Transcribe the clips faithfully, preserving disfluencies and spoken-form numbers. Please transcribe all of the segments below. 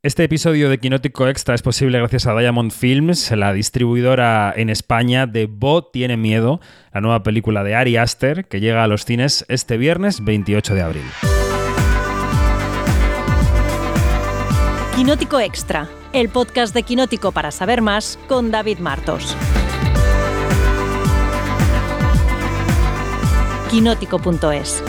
Este episodio de Quinótico Extra es posible gracias a Diamond Films, la distribuidora en España de Bo tiene miedo, la nueva película de Ari Aster, que llega a los cines este viernes veintiocho de abril. Quinótico Extra, el podcast de Quinótico para saber más con David Martos. Quinótico punto es.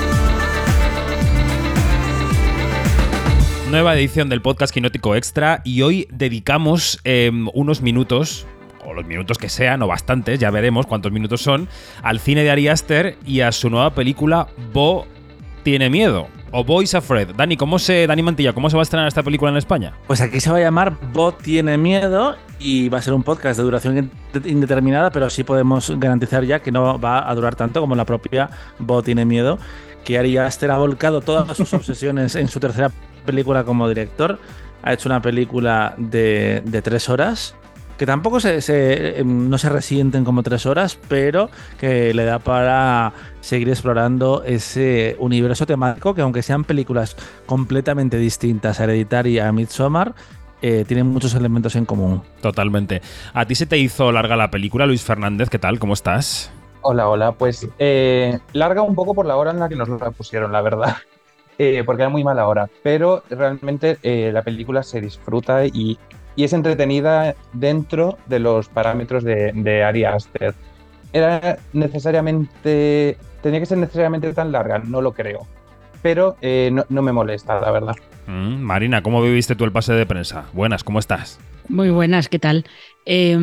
Nueva edición del podcast Quinótico Extra y hoy dedicamos eh, unos minutos, o los minutos que sean, o bastantes, ya veremos cuántos minutos son, al cine de Ari Aster y a su nueva película Bo tiene miedo, o Bo is Afraid. Dani, ¿cómo se, Dani Mantilla, ¿cómo se va a estrenar esta película en España? Pues aquí se va a llamar Bo tiene miedo y va a ser un podcast de duración indeterminada, pero sí podemos garantizar ya que no va a durar tanto como la propia Bo tiene miedo, que Ari Aster ha volcado todas sus obsesiones en su tercera película como director. Ha hecho una película de, de tres horas, que tampoco se, se, no se resienten como tres horas, pero que le da para seguir explorando ese universo temático que, aunque sean películas completamente distintas a Hereditary y a Midsommar, eh, tienen muchos elementos en común. Totalmente. ¿A ti se te hizo larga la película, Luis Fernández? ¿Qué tal? ¿Cómo estás? Hola, hola. Pues eh, larga un poco por la hora en la que nos la pusieron, la verdad. Eh, porque era muy mala hora, pero realmente eh, la película se disfruta y, y es entretenida dentro de los parámetros de, de Ari Aster. ¿Era necesariamente, tenía que ser necesariamente tan larga? No lo creo, pero eh, no, no me molesta, la verdad. Mm, Marina, ¿cómo viviste tú el pase de prensa? Buenas, ¿cómo estás? Muy buenas, ¿qué tal? Eh,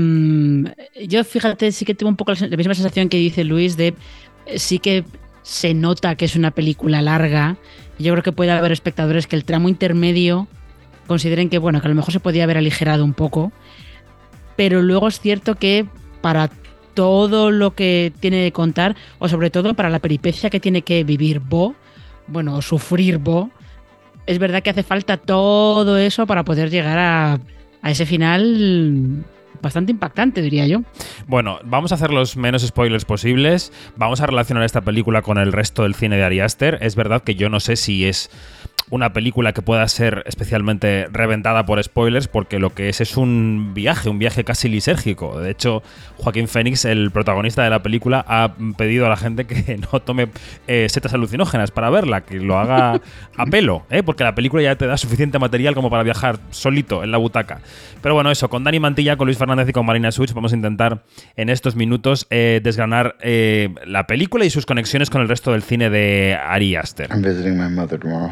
yo, fíjate, sí que tengo un poco la misma sensación que dice Luis de sí que se nota que es una película larga. Yo creo que puede haber espectadores que el tramo intermedio consideren que, bueno, que a lo mejor se podía haber aligerado un poco, pero luego es cierto que para todo lo que tiene que contar, o sobre todo para la peripecia que tiene que vivir Bo, bueno, o sufrir Bo, es verdad que hace falta todo eso para poder llegar a, a ese final bastante impactante, diría yo. Bueno, vamos a hacer los menos spoilers posibles. Vamos a relacionar esta película con el resto del cine de Ari Aster. Es verdad que yo no sé si es una película que pueda ser especialmente reventada por spoilers, porque lo que es es un viaje, un viaje casi lisérgico. De hecho, Joaquín Phoenix, el protagonista de la película, ha pedido a la gente que no tome eh, setas alucinógenas para verla, que lo haga a pelo, ¿eh? Porque la película ya te da suficiente material como para viajar solito en la butaca. Pero bueno, eso, con Dani Mantilla, con Luis Fernández y con Marina Such vamos a intentar en estos minutos eh, desgranar eh, la película y sus conexiones con el resto del cine de Ari Aster. I'm visiting my mother tomorrow.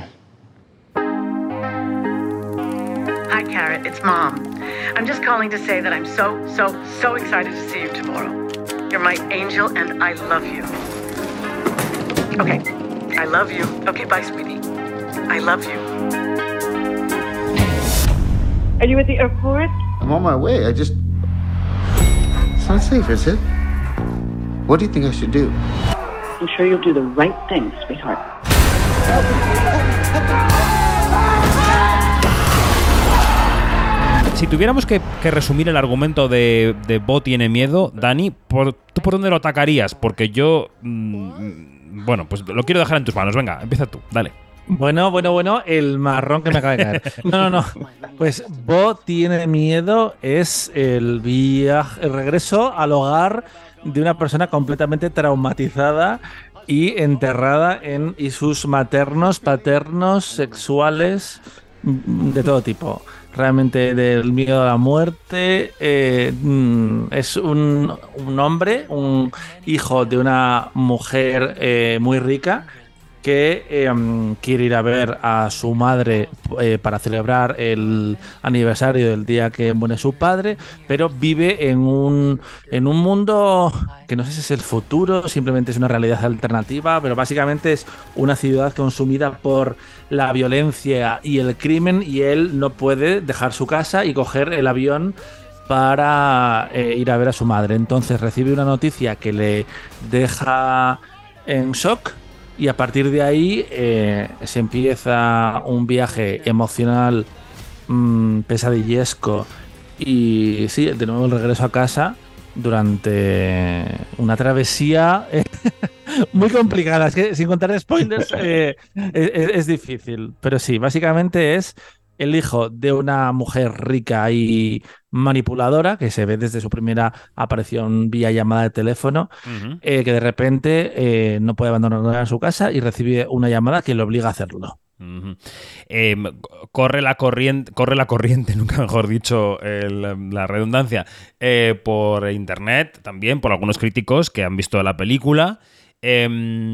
Hi, Carrot. It's Mom. I'm just calling to say that I'm so, so, so excited to see you tomorrow. You're my angel, and I love you. Okay. I love you. Okay, bye, sweetie. I love you. Are you at the airport? I'm on my way. I just... It's not safe, is it? What do you think I should do? I'm sure you'll do the right thing, sweetheart. Si tuviéramos que, que resumir el argumento de, de Bo tiene miedo, Dani, por, ¿tú por dónde lo atacarías? Porque yo... Mmm, bueno, pues lo quiero dejar en tus manos. Venga, empieza tú, dale. Bueno, bueno, bueno, el marrón que me acaba de caer. No, no, no. Pues Bo tiene miedo es el viaje, el regreso al hogar de una persona completamente traumatizada y enterrada en isusos maternos, paternos, sexuales, de todo tipo. Realmente del miedo a la muerte. Eh, es un, un hombre, un hijo de una mujer eh, muy rica que eh, quiere ir a ver a su madre eh, para celebrar el aniversario del día que muere su padre, pero vive en un, en un mundo que no sé si es el futuro, simplemente es una realidad alternativa, pero básicamente es una ciudad consumida por la violencia y el crimen, y él no puede dejar su casa y coger el avión para eh, ir a ver a su madre. Entonces recibe una noticia que le deja en shock, y a partir de ahí eh, se empieza un viaje emocional mmm, pesadillesco, y sí, de nuevo el regreso a casa durante una travesía eh, muy complicada. Es que sin contar spoilers eh, es, es difícil, pero sí, básicamente es el hijo de una mujer rica y manipuladora, que se ve desde su primera aparición vía llamada de teléfono, Ujú. eh, que de repente eh, no puede abandonar su casa y recibe una llamada que le obliga a hacerlo. Ujú. Eh, corre la corriente, corre la corriente, nunca mejor dicho, el- la redundancia, eh, por internet también, por algunos críticos que han visto la película. Eh,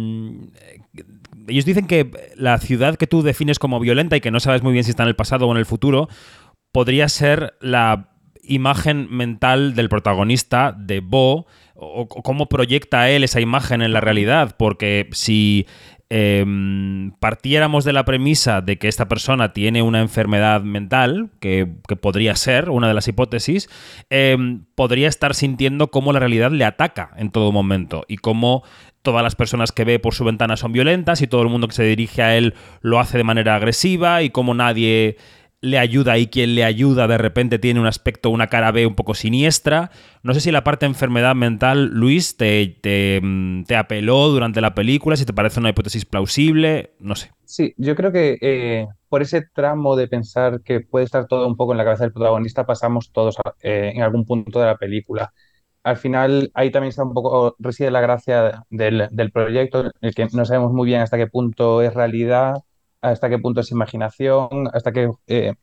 ellos dicen que la ciudad que tú defines como violenta y que no sabes muy bien si está en el pasado o en el futuro, podría ser la imagen mental del protagonista, de Bo, o, o cómo proyecta él esa imagen en la realidad, porque si eh, partiéramos de la premisa de que esta persona tiene una enfermedad mental, que, que podría ser una de las hipótesis, eh, podría estar sintiendo cómo la realidad le ataca en todo momento y cómo todas las personas que ve por su ventana son violentas y todo el mundo que se dirige a él lo hace de manera agresiva y cómo nadie le ayuda y quien le ayuda de repente tiene un aspecto, una cara B un poco siniestra. No sé si la parte de enfermedad mental, Luis, te, te, te apeló durante la película, si te parece una hipótesis plausible, no sé. Sí, yo creo que eh, por ese tramo de pensar que puede estar todo un poco en la cabeza del protagonista, pasamos todos a- eh, en algún punto de la película. Al final, ahí también está un poco, reside la gracia del, del proyecto, en el que no sabemos muy bien hasta qué punto es realidad, hasta qué punto es imaginación, hasta qué, eh,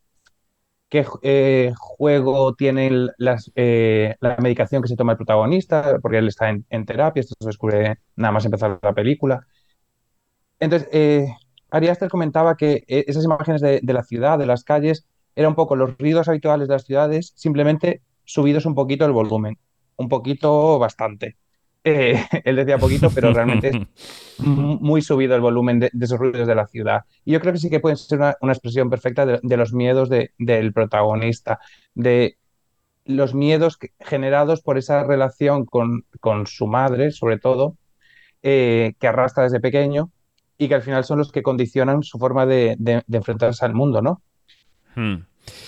qué eh, juego tiene el- las, eh, la medicación que se toma el protagonista, porque él está en, en terapia, esto se descubre nada más empezar la película. Entonces, eh, Ari Aster comentaba que eh, esas imágenes de, de la ciudad, de las calles, eran un poco los ruidos habituales de las ciudades, simplemente subidos un poquito el volumen, un poquito bastante. Eh, él decía poquito, pero realmente es mu- muy subido el volumen de, de esos ruidos de la ciudad. Y yo creo que sí que pueden ser una, una expresión perfecta de, de los miedos de- del protagonista, de los miedos que- generados por esa relación con, con su madre, sobre todo, eh, que arrastra desde pequeño y que al final son los que condicionan su forma de, de- de enfrentarse al mundo, ¿no? Hmm.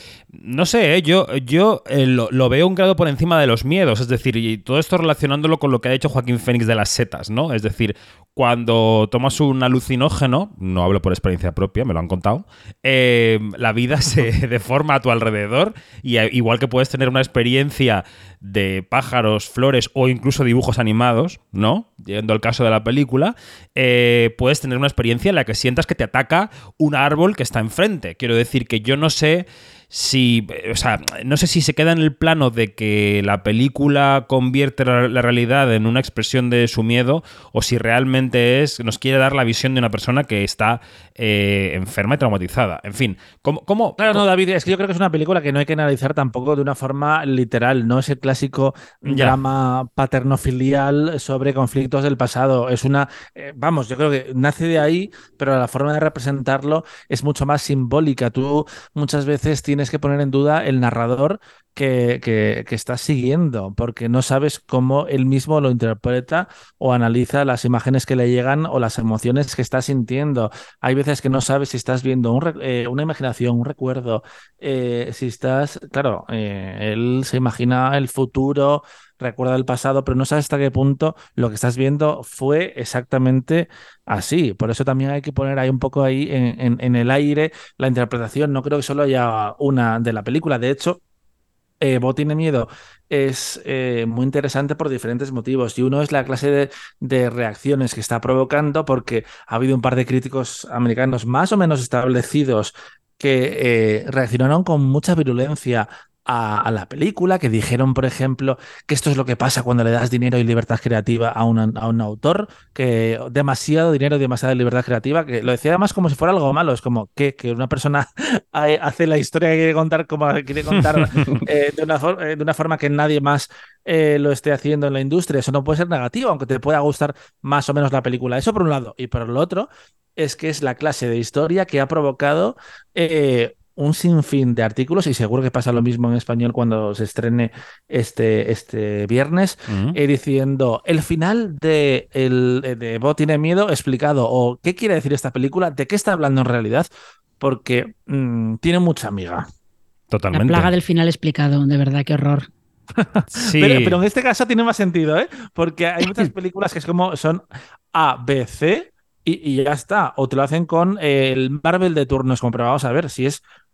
No sé, ¿eh? yo, yo eh, lo, lo veo un grado por encima de los miedos, es decir, y todo esto relacionándolo con lo que ha dicho Joaquín Phoenix de las setas, ¿no? Es decir, cuando tomas un alucinógeno, no hablo por experiencia propia, me lo han contado, eh, la vida se deforma a tu alrededor y eh, igual que puedes tener una experiencia de pájaros, flores o incluso dibujos animados, ¿no? Yendo al caso de la película, eh, puedes tener una experiencia en la que sientas que te ataca un árbol que está enfrente. Quiero decir que yo no sé si, o sea, no sé si se queda en el plano de que la película convierte la, la realidad en una expresión de su miedo o si realmente es, nos quiere dar la visión de una persona que está eh, enferma y traumatizada. En fin, ¿cómo, cómo, Claro, no, cómo- David, es que yo creo que es una película que no hay que analizar tampoco de una forma literal, no es el clásico Ya. drama paterno-filial sobre conflictos del pasado. Es una, eh, vamos, yo creo que nace de ahí, pero la forma de representarlo es mucho más simbólica. Tú muchas veces tienes que poner en duda el narrador que, que, que estás siguiendo, porque no sabes cómo él mismo lo interpreta o analiza las imágenes que le llegan o las emociones que está sintiendo. Hay veces que no sabes si estás viendo un re- eh, una imaginación, un recuerdo, eh, si estás, claro, eh, él se imagina el futuro, recuerda el pasado, pero no sabes hasta qué punto lo que estás viendo fue exactamente así. Por eso también hay que poner ahí un poco ahí en, en- en el aire la interpretación. No creo que solo haya una de la película. De hecho, eh, Bo tiene miedo es eh, muy interesante por diferentes motivos y uno es la clase de, de reacciones que está provocando porque ha habido un par de críticos americanos más o menos establecidos que eh, reaccionaron con mucha virulencia a, a la película, que dijeron, por ejemplo, que esto es lo que pasa cuando le das dinero y libertad creativa a, una- a un autor, que demasiado dinero y demasiada libertad creativa, que lo decía además como si fuera algo malo, es como que, que una persona hace la historia que quiere contar como la quiere contar eh, de, una for- eh, de una forma que nadie más eh, lo esté haciendo en la industria. Eso no puede ser negativo, aunque te pueda gustar más o menos la película. Eso por un lado. Y por el otro, es que es la clase de historia que ha provocado eh, un sinfín de artículos, y seguro que pasa lo mismo en español cuando se estrene este, este viernes, Ujú. eh, diciendo el final de, el, de Bo tiene miedo explicado, o qué quiere decir esta película, de qué está hablando en realidad, porque mm, tiene mucha amiga. La plaga Totalmente. del final explicado, de verdad, qué horror. Pero, pero Sí. en este caso tiene más sentido, ¿eh? Porque hay muchas películas que es como son A, B, C y, y ya está. O te lo hacen con eh, el Marvel de turno. Es como, pero vamos a ver, si es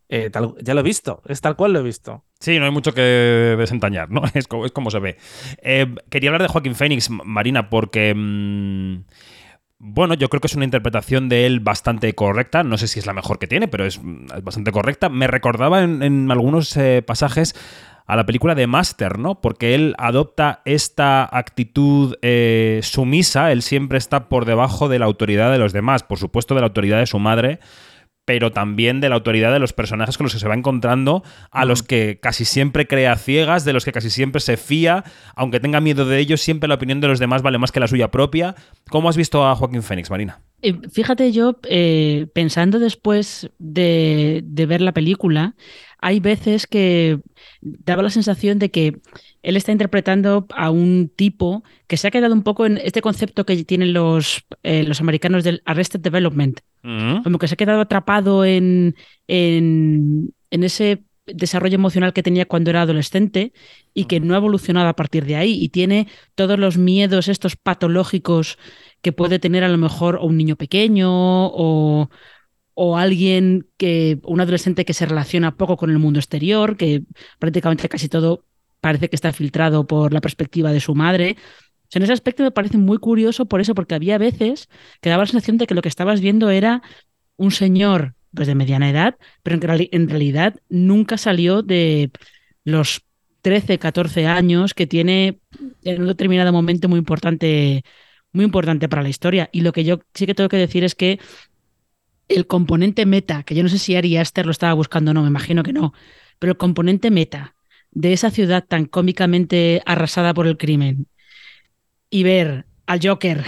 eh, tal, ya lo he visto, es tal cual lo he visto. Sí, no hay mucho que desentañar, ¿no? Es como, es como se ve. Eh, quería hablar de Joaquín Phoenix, Marina, porque... Mmm, bueno, yo creo que es una interpretación de él bastante correcta. No sé si es la mejor que tiene, pero es, es bastante correcta. Me recordaba en, en algunos eh, pasajes a la película de Master, ¿no? Porque él adopta esta actitud eh, sumisa. Él siempre está por debajo de la autoridad de los demás. Por supuesto, de la autoridad de su madre, pero también de la autoridad de los personajes con los que se va encontrando, a los que casi siempre cree a ciegas, de los que casi siempre se fía, aunque tenga miedo de ellos, siempre la opinión de los demás vale más que la suya propia. ¿Cómo has visto a Joaquín Phoenix, Marina? Eh, fíjate, yo eh, pensando después de, de ver la película, hay veces que daba la sensación de que él está interpretando a un tipo que se ha quedado un poco en este concepto que tienen los, eh, los americanos del Arrested Development. Mm-hmm. Como que se ha quedado atrapado en, en, en ese desarrollo emocional que tenía cuando era adolescente y que no ha evolucionado a partir de ahí y tiene todos los miedos estos patológicos que puede tener a lo mejor un niño pequeño o, o alguien que, un adolescente que se relaciona poco con el mundo exterior, que prácticamente casi todo parece que está filtrado por la perspectiva de su madre. O sea, en ese aspecto me parece muy curioso por eso, porque había veces que daba la sensación de que lo que estabas viendo era un señor pues de mediana edad, pero en, reali- en realidad nunca salió de los trece, catorce años que tiene en un determinado momento muy importante, muy importante para la historia. Y lo que yo sí que tengo que decir es que el componente meta, que yo no sé si Ari Aster lo estaba buscando o no, me imagino que no, pero el componente meta de esa ciudad tan cómicamente arrasada por el crimen y ver al Joker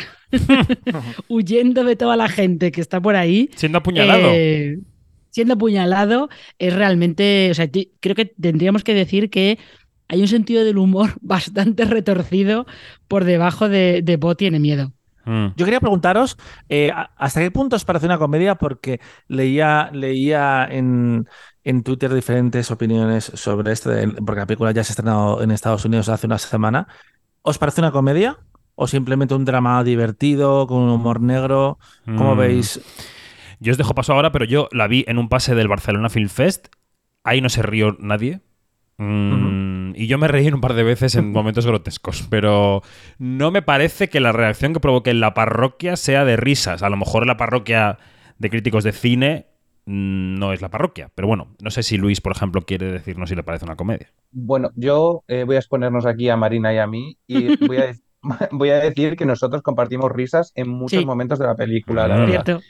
huyendo de toda la gente que está por ahí, siendo apuñalado eh, siendo apuñalado es realmente, o sea, creo que tendríamos que decir que hay un sentido del humor bastante retorcido por debajo de, de Bo tiene miedo. Yo quería preguntaros eh, ¿hasta qué punto os parece una comedia? Porque leía, leía en, en Twitter diferentes opiniones sobre esto, de, porque la película ya se ha estrenado en Estados Unidos hace una semana. ¿Os parece una comedia? ¿O simplemente un drama divertido, con un humor negro? ¿Cómo mm. veis? Yo os dejo paso ahora, pero yo la vi en un pase del Barcelona Film Fest. Ahí no se rió nadie. Mm, uh-huh. Y yo me reí un par de veces en momentos grotescos, pero no me parece que la reacción que provoque en la parroquia sea de risas. A lo mejor la parroquia de críticos de cine mm, no es la parroquia, pero bueno, no sé si Luis, por ejemplo, quiere decirnos si le parece una comedia. Bueno, yo eh, voy a exponernos aquí a Marina y a mí y voy a, voy a decir que nosotros compartimos risas en muchos sí. momentos de la película, la verdad. Cierto.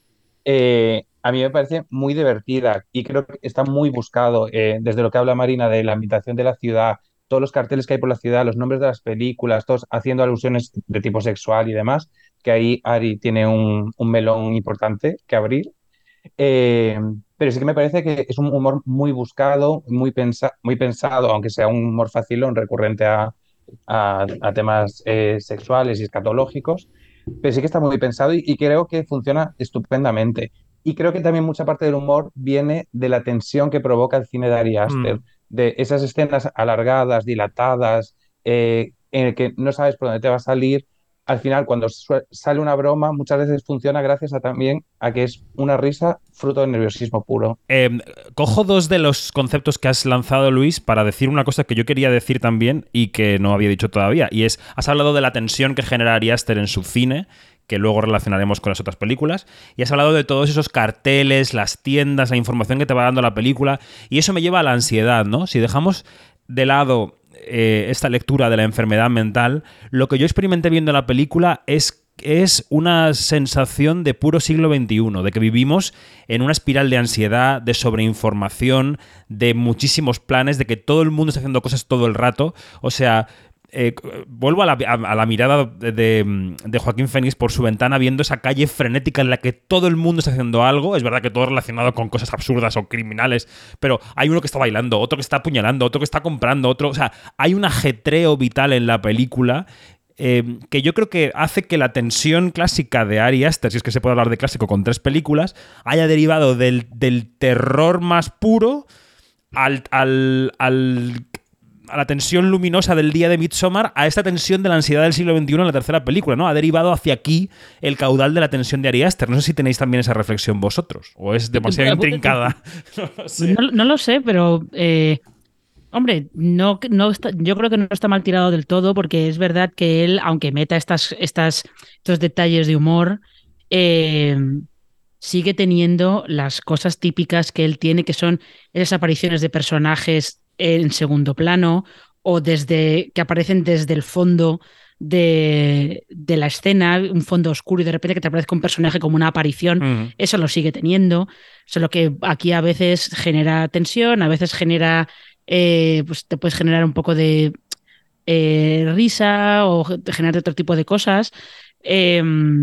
Eh, a mí me parece muy divertida y creo que está muy buscado, eh, desde lo que habla Marina de la ambientación de la ciudad, todos los carteles que hay por la ciudad, los nombres de las películas, todos haciendo alusiones de tipo sexual y demás, que ahí Ari tiene un, un melón importante que abrir. Eh, pero sí que me parece que es un humor muy buscado, muy, pensa muy pensado, aunque sea un humor facilón recurrente a, a, a temas eh, sexuales y escatológicos, pero sí que está muy pensado y, y creo que funciona estupendamente. Y creo que también mucha parte del humor viene de la tensión que provoca el cine de Ari Aster, mm. de esas escenas alargadas, dilatadas, eh, en el que no sabes por dónde te va a salir. Al final, cuando sale una broma, muchas veces funciona gracias a también a que es una risa fruto del nerviosismo puro. Eh, cojo dos de los conceptos que has lanzado, Luis, para decir una cosa que yo quería decir también y que no había dicho todavía. Y es, has hablado de la tensión que genera Ari Aster en su cine, que luego relacionaremos con las otras películas, y has hablado de todos esos carteles, las tiendas, la información que te va dando la película, y eso me lleva a la ansiedad, ¿no? Si dejamos de lado eh, esta lectura de la enfermedad mental, lo que yo experimenté viendo la película es, es una sensación de puro siglo veintiuno, de que vivimos en una espiral de ansiedad, de sobreinformación, de muchísimos planes, de que todo el mundo está haciendo cosas todo el rato, o sea... Eh, vuelvo a la, a, a la mirada de, de, de Joaquín Phoenix por su ventana viendo esa calle frenética en la que todo el mundo está haciendo algo. Es verdad que todo relacionado con cosas absurdas o criminales, pero hay uno que está bailando, otro que está apuñalando, otro que está comprando, otro... O sea, hay un ajetreo vital en la película eh, que yo creo que hace que la tensión clásica de Ari Aster, si es que se puede hablar de clásico con tres películas, haya derivado del, del terror más puro al... al, al a la tensión luminosa del día de Midsommar a esta tensión de la ansiedad del siglo veintiuno en la tercera película, ¿no? Ha derivado hacia aquí el caudal de la tensión de Ari Aster. No sé si tenéis también esa reflexión vosotros, o es demasiado intrincada. No lo sé, no, no lo sé pero... Eh... Hombre, no, no está, yo creo que no está mal tirado del todo, porque es verdad que él, aunque meta estas, estas, estos detalles de humor, eh, sigue teniendo las cosas típicas que él tiene, que son esas apariciones de personajes en segundo plano o desde que aparecen desde el fondo de, de la escena, un fondo oscuro, y de repente que te aparezca un personaje como una aparición. Mm. Eso lo sigue teniendo, solo que aquí a veces genera tensión, a veces genera... Eh, pues te puedes generar un poco de eh, risa o generar otro tipo de cosas. Eh,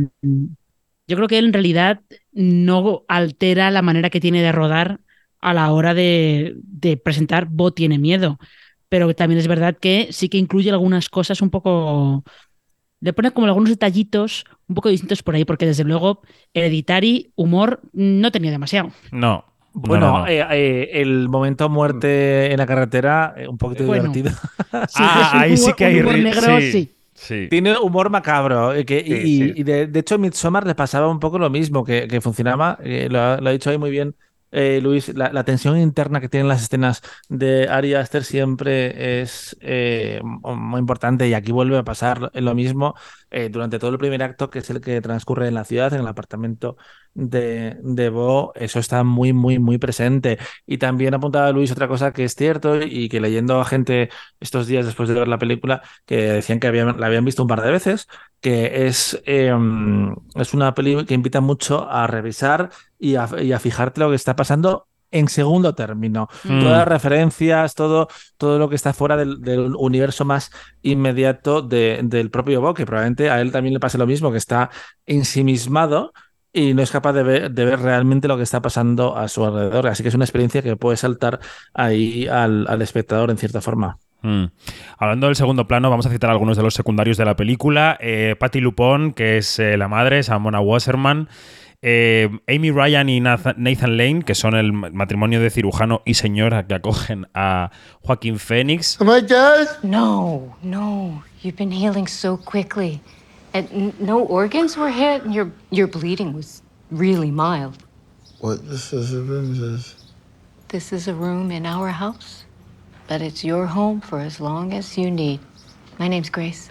yo creo que él en realidad no altera la manera que tiene de rodar a la hora de, de presentar Bo tiene miedo, pero también es verdad que sí que incluye algunas cosas un poco... Le pone como algunos detallitos un poco distintos por ahí, porque desde luego Hereditary, humor, no tenía demasiado. No. Bueno, no, no, no. Eh, eh, el momento muerte en la carretera, eh, un poquito bueno. divertido. Sí, ah, ahí humor, sí que hay humor negro, sí. sí. Sí. Tiene humor macabro. Eh, que, sí, y, sí. y de, de hecho, en Midsommar le pasaba un poco lo mismo, que, que funcionaba, eh, lo, lo ha dicho ahí muy bien eh, Luis, la, la tensión interna que tienen las escenas de Ari Aster siempre es eh, muy importante, y aquí vuelve a pasar lo mismo eh, durante todo el primer acto, que es el que transcurre en la ciudad, en el apartamento de, de Bo. Eso está muy, muy, muy presente. Y también apuntaba Luis otra cosa que es cierto, y que leyendo a gente estos días después de ver la película, que decían que habían, la habían visto un par de veces, que es, eh, es una película que invita mucho a revisar y a, y a fijarte lo que está pasando en segundo término. Mm. Todas las referencias, todo, todo lo que está fuera del, del universo más inmediato de, del propio Bo, que probablemente a él también le pase lo mismo, que está ensimismado y no es capaz de ver, de ver realmente lo que está pasando a su alrededor. Así que es una experiencia que puede saltar ahí al, al espectador en cierta forma. Mm. Hablando del segundo plano, vamos a citar algunos de los secundarios de la película. Eh, Patti LuPone, que es eh, la madre, Samona Wasserman. Eh, Amy Ryan y Nathan Lane, que son el matrimonio de cirujano y señora que acogen a Joaquín Phoenix. Am I dead? No, no. You've been healing so quickly. And n- no organs were hit, and your your bleeding was really mild. What this is a room is this? This is a room in our house, but it's your home for as long as you need. My name's Grace.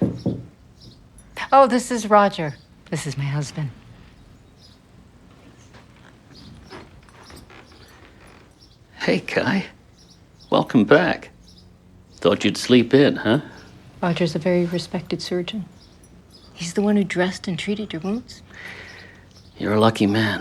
Oh, this is Roger. This is my husband. Hey, Kai. Welcome back. Thought you'd sleep in, huh? Roger's a very respected surgeon. He's the one who dressed and treated your wounds. You're a lucky man.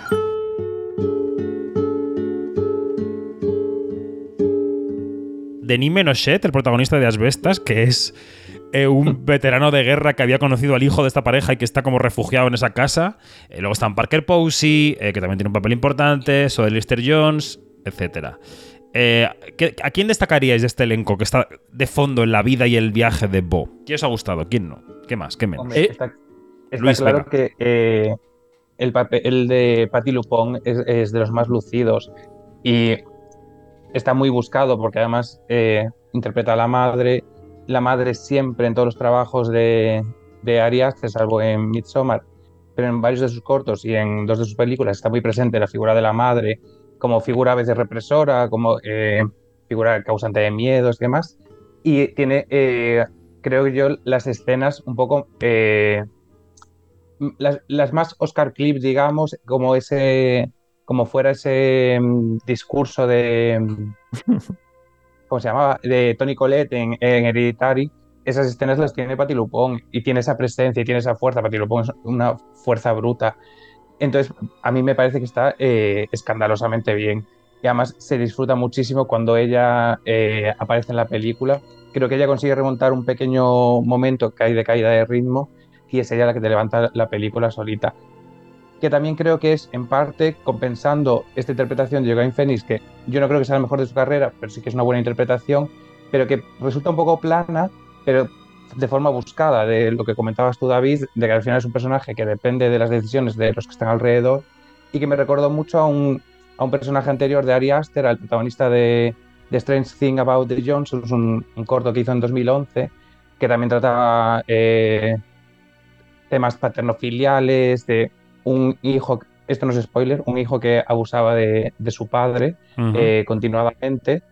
Denis Ménochet, el protagonista de Asbestas, que es eh, un veterano de guerra que había conocido al hijo de esta pareja y que está como refugiado en esa casa. Eh, luego están Parker Posey, eh, que también tiene un papel importante, Zoe Lister-Jones, etcétera. Eh, ¿A quién destacaríais de este elenco que está de fondo en la vida y el viaje de Bo? ¿Quién os ha gustado? ¿Quién no? ¿Qué más? ¿Qué menos? Hombre, está, está Luis, claro venga. que eh, el papel de Patti LuPone es, es de los más lucidos y está muy buscado porque además eh, interpreta a la madre. La madre siempre en todos los trabajos de, de Ari Aster, salvo en Midsommar, pero en varios de sus cortos y en dos de sus películas está muy presente la figura de la madre, como figura a veces represora, como eh, figura causante de miedos y demás. Y tiene, eh, creo yo, las escenas un poco... Eh, las, las más Oscar clips, digamos, como ese... como fuera ese um, discurso de... ¿cómo se llamaba? De Toni Collette en, en Hereditary. Esas escenas las tiene Patti LuPone y tiene esa presencia y tiene esa fuerza. Patti LuPone es una fuerza bruta. Entonces, a mí me parece que está eh, escandalosamente bien. Y además se disfruta muchísimo cuando ella eh, aparece en la película. Creo que ella consigue remontar un pequeño momento que hay de caída de ritmo y es ella la que te levanta la película solita. Que también creo que es, en parte, compensando esta interpretación de Joaquin Phoenix, que yo no creo que sea la mejor de su carrera, pero sí que es una buena interpretación, pero que resulta un poco plana, pero de forma buscada, de lo que comentabas tú, David, de que al final es un personaje que depende de las decisiones de los que están alrededor y que me recordó mucho a un, a un personaje anterior de Ari Aster, al protagonista de, The Strange Thing About the Johnsons, un, un corto que hizo en dos mil once, que también trataba eh, temas paternofiliales, de un hijo, esto no es spoiler, un hijo que abusaba de, de su padre Ujú. eh, continuadamente.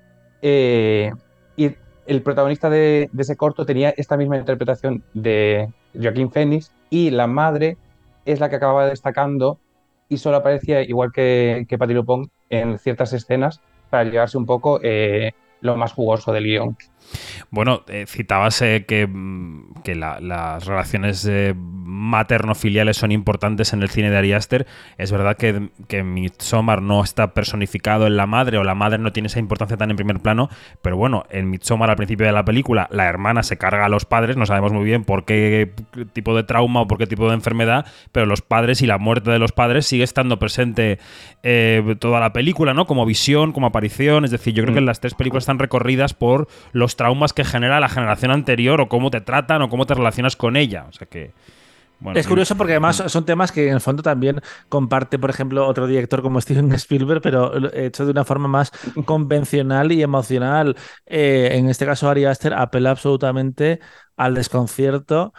Eh, y el protagonista de, de ese corto tenía esta misma interpretación de Joaquín Phoenix, y la madre es la que acababa destacando y solo aparecía, igual que, que Patti LuPone, en ciertas escenas para llevarse un poco eh, lo más jugoso del guión. Bueno, eh, citabas eh, que, mm, que la- las relaciones eh, materno-filiales son importantes en el cine de Ari Aster. Es verdad que, que Midsommar no está personificado en la madre, o la madre no tiene esa importancia tan en primer plano, pero bueno, en Midsommar, al principio de la película, la hermana se carga a los padres, no sabemos muy bien por qué tipo de trauma o por qué tipo de enfermedad, pero los padres y la muerte de los padres sigue estando presente eh, toda la película, ¿no? Como visión, como aparición. Es decir, yo creo que las tres películas están recorridas por los traumas que genera la generación anterior, o cómo te tratan, o cómo te relacionas con ella. O sea que... Bueno, Es curioso porque además son temas que en el fondo también comparte, por ejemplo, otro director como Steven Spielberg, pero hecho de una forma más convencional y emocional. Eh, en este caso, Ari Aster apela absolutamente al desconcierto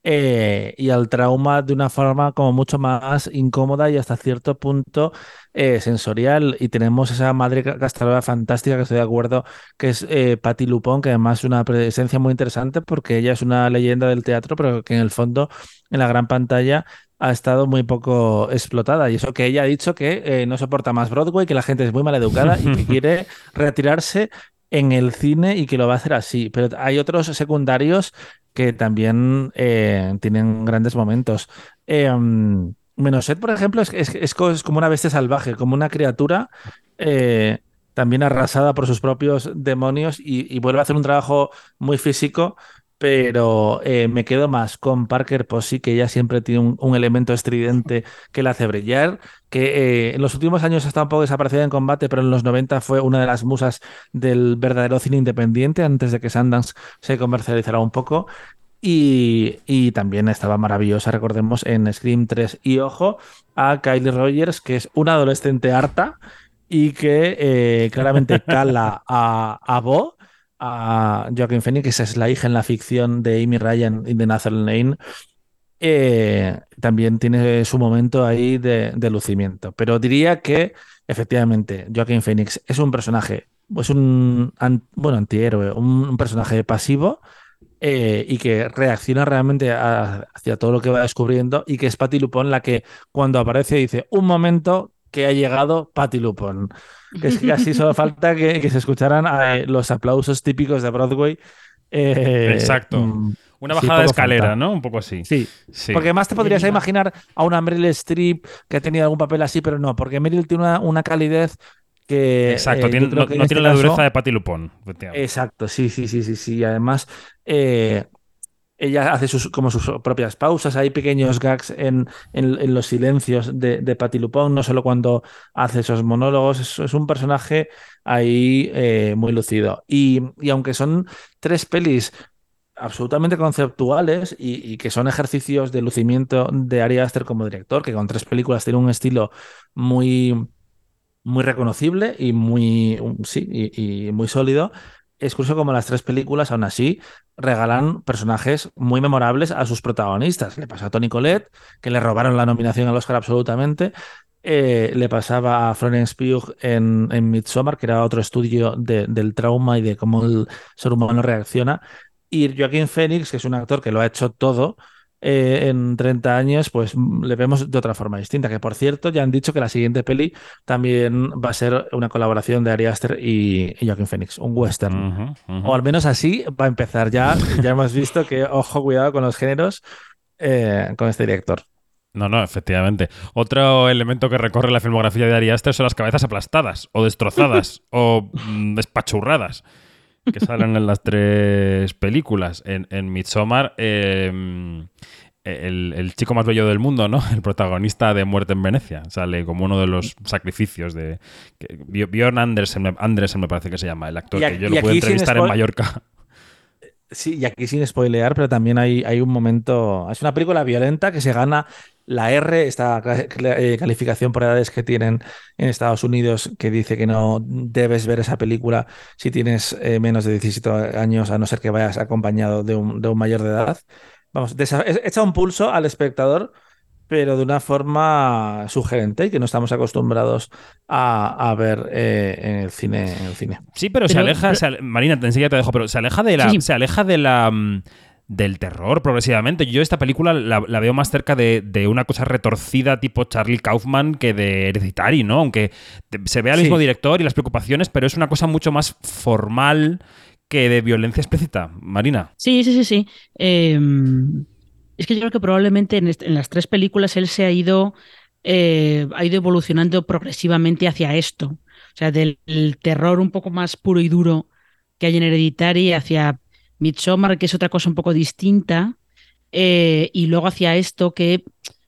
eh, y al trauma de una forma como mucho más incómoda y hasta cierto punto eh, sensorial. Y tenemos esa madre castradora fantástica, que estoy de acuerdo, que es eh, Patti LuPone, que además es una presencia muy interesante porque ella es una leyenda del teatro, pero que en el fondo en la gran pantalla ha estado muy poco explotada. Y eso que ella ha dicho que eh, no soporta más Broadway, que la gente es muy mal educada y que quiere retirarse en el cine y que lo va a hacer así. Pero hay otros secundarios que también eh, tienen grandes momentos. Eh, um, Menoset, por ejemplo, es, es, es co- es como una bestia salvaje, como una criatura eh, también arrasada por sus propios demonios, y, y vuelve a hacer un trabajo muy físico, pero eh, me quedo más con Parker Posey, que ella siempre tiene un, un elemento estridente que la hace brillar, que eh, en los últimos años ha estado un poco desaparecida en combate, pero en los noventa fue una de las musas del verdadero cine independiente, antes de que Sundance se comercializara un poco. Y, y también estaba maravillosa, recordemos, en Scream tres. Y ojo a Kylie Rogers, que es una adolescente harta y que eh, claramente cala a, a Bo, a Joaquin Phoenix, que esa es la hija en la ficción de Amy Ryan y de Nathan Lane. Eh, también tiene su momento ahí de, de lucimiento. Pero diría que efectivamente Joaquin Phoenix es un personaje, es un an- bueno, antihéroe, un, un personaje pasivo eh, y que reacciona realmente a- hacia todo lo que va descubriendo, y que es Patti LuPone la que cuando aparece dice: un momento, que ha llegado Patti LuPone. Que es que casi solo falta que, que se escucharan eh, los aplausos típicos de Broadway. Eh, exacto. mm, Una sí, bajada de poco escalera, falta. ¿no? Un poco así. Sí, Sí. porque más te De podrías diva. imaginar a una Meryl Streep que ha tenido algún papel así, pero no, porque Meryl tiene una, una calidez que Exacto. eh, Tiene- yo creo no, que en no este tiene la caso... dureza de Patti LuPone, efectivamente. Exacto, sí, sí, sí, sí, sí. Y además, eh, ella hace sus, como sus propias pausas. Hay pequeños gags en, en- en los silencios de, de Patti LuPone, no solo cuando hace esos monólogos. Es, es un personaje ahí eh, muy lucido. Y, y aunque son tres pelis absolutamente conceptuales y, y que son ejercicios de lucimiento de Ari Aster como director, que con tres películas tiene un estilo muy muy reconocible y muy, um, sí, y, y muy sólido. Es curioso como las tres películas, aún así, regalan personajes muy memorables a sus protagonistas. Le pasó a Toni Collette, que le robaron la nominación al Oscar absolutamente. Eh, le pasaba a Florence Pugh en, en Midsommar, que era otro estudio de- del trauma y de cómo el ser humano reacciona. Y Joaquín Phoenix, que es un actor que lo ha hecho todo eh, en treinta años, pues mm, le vemos de otra forma distinta. Que por cierto, ya han dicho que la siguiente peli también va a ser una colaboración de Ari Aster y, y Joaquin Phoenix, un western. Ujú, ujú. O al menos así va a empezar. Ya, ya hemos visto que, ojo, cuidado con los géneros eh, con este director. No, no, efectivamente. Otro elemento que recorre la filmografía de Ari Aster son las cabezas aplastadas, o destrozadas, o mm, despachurradas, que salen en las tres películas. En, en Midsommar, eh, el, el chico más bello del mundo, ¿no? El protagonista de Muerte en Venecia, sale como uno de los sacrificios de... que- Björn Andersen, me- Andersen me parece que se llama, el actor, Y a- que yo y lo pude aquí sin entrevistar en spoil- Mallorca. Sí, y aquí sin spoilear, pero también hay, hay un momento. Es una película violenta que se gana la R, esta eh, calificación por edades que tienen en Estados Unidos, que dice que no debes ver esa película si tienes eh, menos de diecisiete años, a no ser que vayas acompañado de un, de un mayor de edad. Vamos, desa- echa un pulso al espectador, pero de una forma sugerente y que no estamos acostumbrados a, a ver eh, en el cine, en el cine. Sí, pero, se Pero- aleja, pero- se ale- Marina, te enseguida te dejo, pero se aleja de la, Sí, sí. se aleja de la mm, del terror progresivamente. Yo esta película la, la veo más cerca de, de una cosa retorcida tipo Charlie Kaufman que de Hereditary, ¿no? Aunque te- se ve al Sí. mismo director y las preocupaciones, pero es una cosa mucho más formal que de violencia explícita. Marina. Sí, sí, sí, sí. Eh, es que yo creo que probablemente en, est- en las tres películas él se ha ido, eh, ha ido evolucionando progresivamente hacia esto. O sea, del el terror un poco más puro y duro que hay en Hereditary hacia Midsommar, que es otra cosa un poco distinta, eh, y luego hacia esto que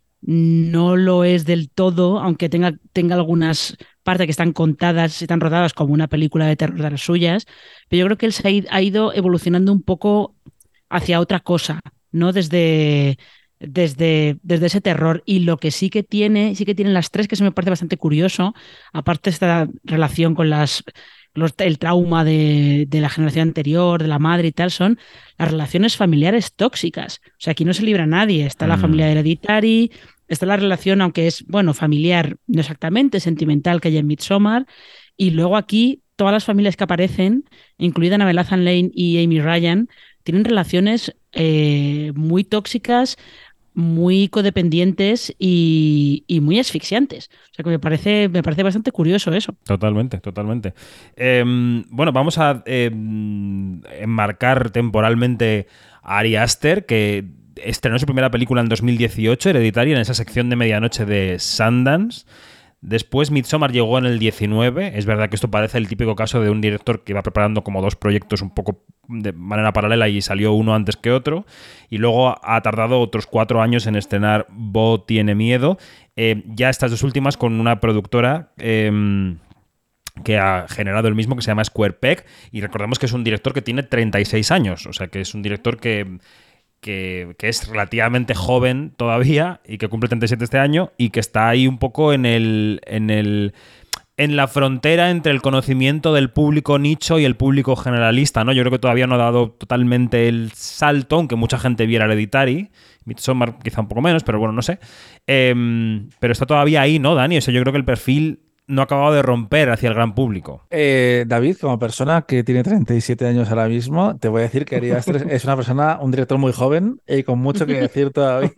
no lo es del todo, aunque tenga, tenga algunas partes que están contadas, están rodadas como una película de terror de las suyas, pero yo creo que él se ha, id- ha ido evolucionando un poco hacia otra cosa, ¿no? Desde, desde, desde ese terror. Y lo que sí que tiene, sí que tienen las tres, que se me parece bastante curioso, aparte de esta relación con las los- el trauma de, de la generación anterior, de la madre y tal, son las relaciones familiares tóxicas. O sea, aquí no se libra nadie. Está la Mm. familia Hereditary, está la relación, aunque es, bueno, familiar, no exactamente, sentimental que hay en Midsommar. Y luego aquí, todas las familias que aparecen, incluida Annabelle Lane y Amy Ryan, tienen relaciones eh, muy tóxicas, muy codependientes y, y muy asfixiantes. O sea que me parece, me parece bastante curioso eso. Totalmente, totalmente. Em, bueno, vamos a em, enmarcar temporalmente a Ari Aster, que estrenó su primera película en dos mil dieciocho, Hereditary, en esa sección de medianoche de Sundance. Después Midsommar llegó en el diecinueve. Es verdad que esto parece el típico caso de un director que va preparando como dos proyectos un poco de manera paralela y salió uno antes que otro. Y luego ha tardado otros cuatro años en estrenar Bo tiene miedo. Eh, ya estas dos últimas con una productora eh, que ha generado el mismo, que se llama Square Peg. Y recordemos que es un director que tiene treinta y seis años. O sea que es un director que... Que, que es relativamente joven todavía y que cumple treinta y siete este año y que está ahí un poco en el, en el en la frontera entre el conocimiento del público nicho y el público generalista, ¿no? Yo creo que todavía no ha dado totalmente el salto, aunque mucha gente viera Hereditary. Midsommar quizá un poco menos, pero bueno, no sé. Eh, pero está todavía ahí, ¿no, Dani? O sea, yo creo que el perfil no ha acabado de romper hacia el gran público. Eh, David, como persona que tiene treinta y siete años ahora mismo, te voy a decir que Ari Aster es una persona, un director muy joven y con mucho que decir todavía.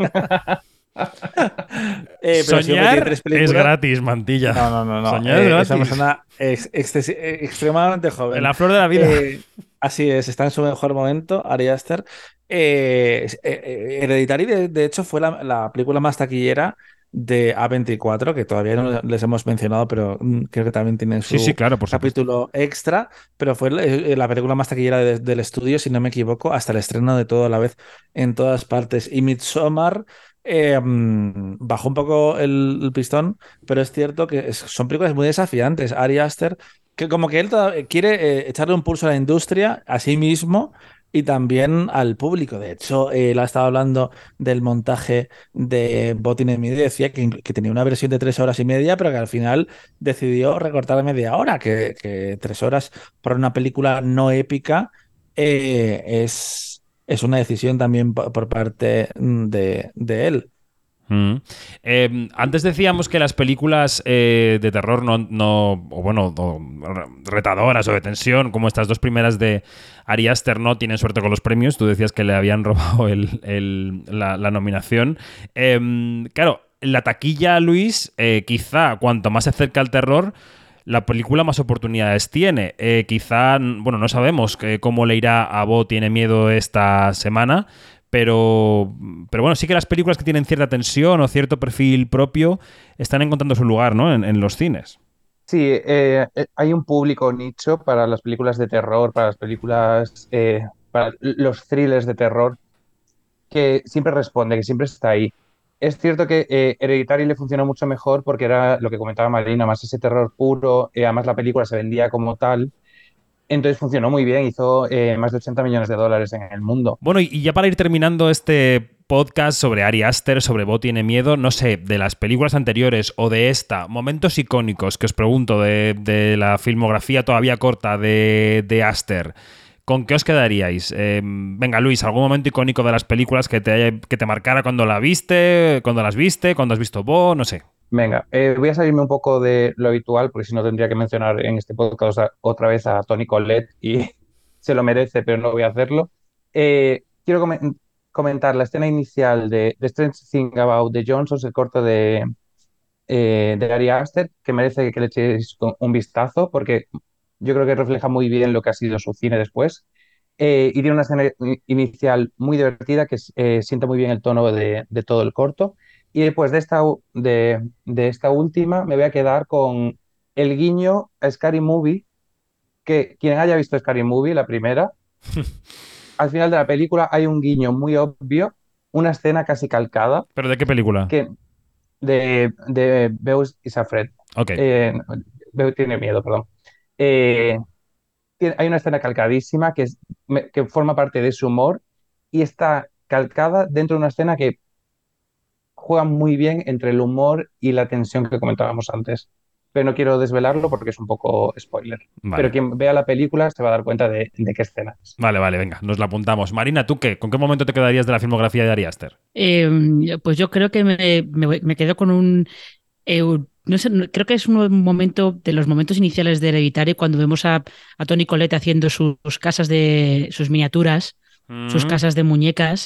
Eh, pero sí, hombre, tiene Soñar tres es películas. gratis, Mantilla. No, no, no, no. Soñar Eh, es es gratis. una persona ex- excesi- eh, extremadamente joven. En la flor de la vida. Eh, así es, está en su mejor momento, Ari Aster. Eh, eh, eh, Hereditary, de, de hecho, fue la, la película más taquillera de A veinticuatro, que todavía no les hemos mencionado, pero mm, creo que también tienen su Sí, sí, claro, por supuesto. capítulo extra. Pero fue eh, la película más taquillera de- del estudio, si no me equivoco, hasta el estreno de todo a la vez en todas partes. Y Midsommar eh, mm, bajó un poco el, el pistón, pero es cierto que es- son películas muy desafiantes. Ari Aster, que como que él toda- quiere eh, echarle un pulso a la industria, a sí mismo y también al público. De hecho, eh, él ha estado hablando del montaje de Botin en mi decía que, que tenía una versión de tres horas y media, pero que al final decidió recortar a media hora, que, que tres horas para una película no épica eh, es, es una decisión también por, por parte mm, de, de él. Mm. Eh, antes decíamos que las películas eh, de terror no, no o bueno, o retadoras o de tensión, como estas dos primeras de Ari Aster, no tienen suerte con los premios. Tú decías que le habían robado el, el, la, la nominación. Eh, claro, la taquilla, Luis, eh, quizá cuanto más se acerca al terror, la película más oportunidades tiene. Eh, quizá, bueno, no sabemos que, cómo le irá a Bo tiene miedo esta semana. Pero, pero bueno, sí que las películas que tienen cierta tensión o cierto perfil propio están encontrando su lugar, ¿no? En, en los cines. Sí, eh, eh, hay un público nicho para las películas de terror, para las películas, eh, para los thrillers de terror, que siempre responde, que siempre está ahí. Es cierto que eh, Hereditary le funcionó mucho mejor porque era lo que comentaba Marina, más ese terror puro, eh, además la película se vendía como tal. Entonces funcionó muy bien, hizo eh, más de ochenta millones de dólares en el mundo. Bueno, y ya para ir terminando este podcast sobre Ari Aster, sobre Bo tiene miedo, no sé, de las películas anteriores o de esta, momentos icónicos que os pregunto de, de la filmografía todavía corta de, de Aster, ¿con qué os quedaríais? Eh, venga, Luis, ¿algún momento icónico de las películas que te, haya, que te marcara cuando la viste, cuando las viste, cuando has visto Bo, no sé? Venga, eh, voy a salirme un poco de lo habitual, porque si no tendría que mencionar en este podcast otra vez a Toni Collette y se lo merece, pero no voy a hacerlo. Eh, quiero com- comentar la escena inicial de The Strange Thing About the Johnsons, el corto de, eh, de Ari Aster, que merece que le echéis un vistazo, porque yo creo que refleja muy bien lo que ha sido su cine después. Eh, y tiene una escena inicial muy divertida que eh, siente muy bien el tono de, de todo el corto. Y después de esta, de, de esta última me voy a quedar con el guiño a Scary Movie, que quien haya visto Scary Movie, la primera, al final de la película hay un guiño muy obvio, una escena casi calcada. ¿Pero de qué película? Que, de, de Beus is Afraid. Ok. Eh, Beus tiene miedo, perdón. Eh, hay una escena calcadísima que, es, que forma parte de su humor y está calcada dentro de una escena que juega muy bien entre el humor y la tensión que comentábamos antes. Pero no quiero desvelarlo porque es un poco spoiler. Vale. Pero quien vea la película se va a dar cuenta de, de qué escena es. Vale, vale, venga, nos la apuntamos. Marina, ¿tú qué? ¿Con qué momento te quedarías de la filmografía de Ari Aster? Eh, pues yo creo que me, me, me quedo con un... Eh, no sé, creo que es un momento de los momentos iniciales de Hereditary cuando vemos a, a Toni Collette haciendo sus, sus casas de... sus miniaturas, mm. sus casas de muñecas,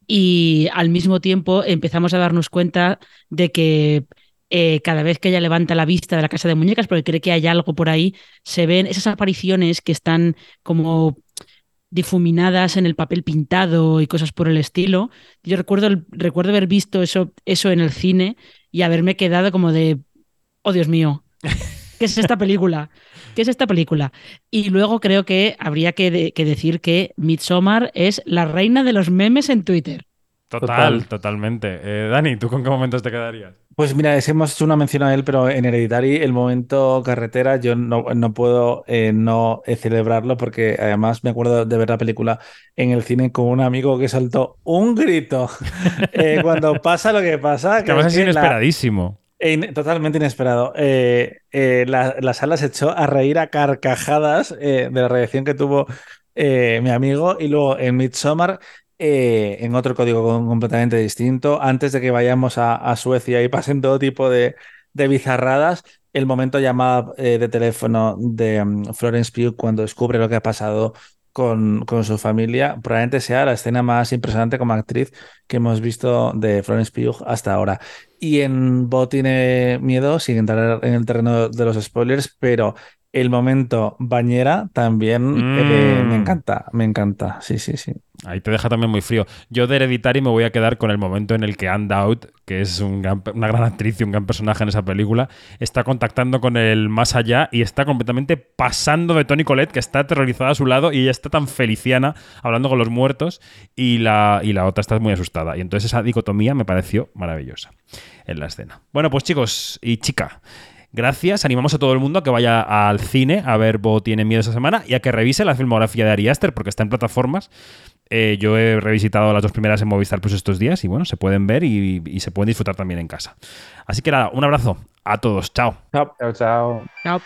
y al mismo tiempo empezamos a darnos cuenta de que eh, cada vez que ella levanta la vista de la casa de muñecas porque cree que hay algo por ahí, se ven esas apariciones que están como difuminadas en el papel pintado y cosas por el estilo. Yo recuerdo, recuerdo haber visto eso, eso en el cine y haberme quedado como de, oh Dios mío, ¿qué es esta película? ¿Qué es esta película? Y luego creo que habría que, de, que decir que Midsommar es la reina de los memes en Twitter. Total, Total. totalmente. Eh, Dani, ¿tú con qué momentos te quedarías? Pues mira, es que hemos hecho una mención a él, pero en Hereditary, el momento carretera, yo no, no puedo eh, no celebrarlo porque además me acuerdo de ver la película en el cine con un amigo que saltó un grito eh, cuando pasa lo que pasa. Que además es inesperadísimo. La, in, totalmente inesperado. Eh, eh, la, la sala se echó a reír a carcajadas eh, de la reacción que tuvo eh, mi amigo, y luego en Midsommar... Eh, en otro código completamente distinto, antes de que vayamos a, a Suecia y pasen todo tipo de, de bizarradas, el momento llamada eh, de teléfono de um, Florence Pugh cuando descubre lo que ha pasado con, con su familia, probablemente sea la escena más impresionante como actriz que hemos visto de Florence Pugh hasta ahora. Y en Bo tiene miedo, sin entrar en el terreno de los spoilers, pero el momento bañera también mm. eh, me encanta, me encanta, sí, sí, sí. Ahí te deja también muy frío. Yo de Hereditary me voy a quedar con el momento en el que Anne Dowd, que es un gran, una gran actriz y un gran personaje en esa película, está contactando con el más allá y está completamente pasando de Toni Collette, que está aterrorizada a su lado, y ella está tan feliciana hablando con los muertos, y la, y la otra está muy asustada. Y entonces esa dicotomía me pareció maravillosa en la escena. Bueno, pues chicos y chica, gracias. Animamos a todo el mundo a que vaya al cine a ver Bo tiene miedo esta semana y a que revise la filmografía de Ari Aster porque está en plataformas. Eh, yo he revisitado las dos primeras en Movistar Plus estos días y bueno, se pueden ver y, y se pueden disfrutar también en casa. Así que nada, un abrazo a todos. Chao. Chao, chao. Chao. Chao.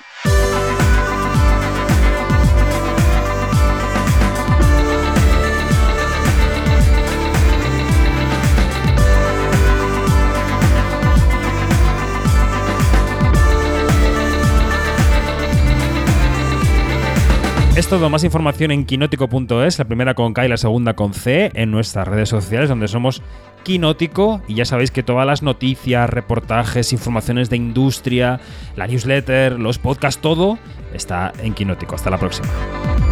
Es todo, más información en quinótico punto es, la primera con K y la segunda con C, en nuestras redes sociales donde somos Quinótico, y ya sabéis que todas las noticias, reportajes, informaciones de industria, la newsletter, los podcasts, todo está en Quinótico. Hasta la próxima.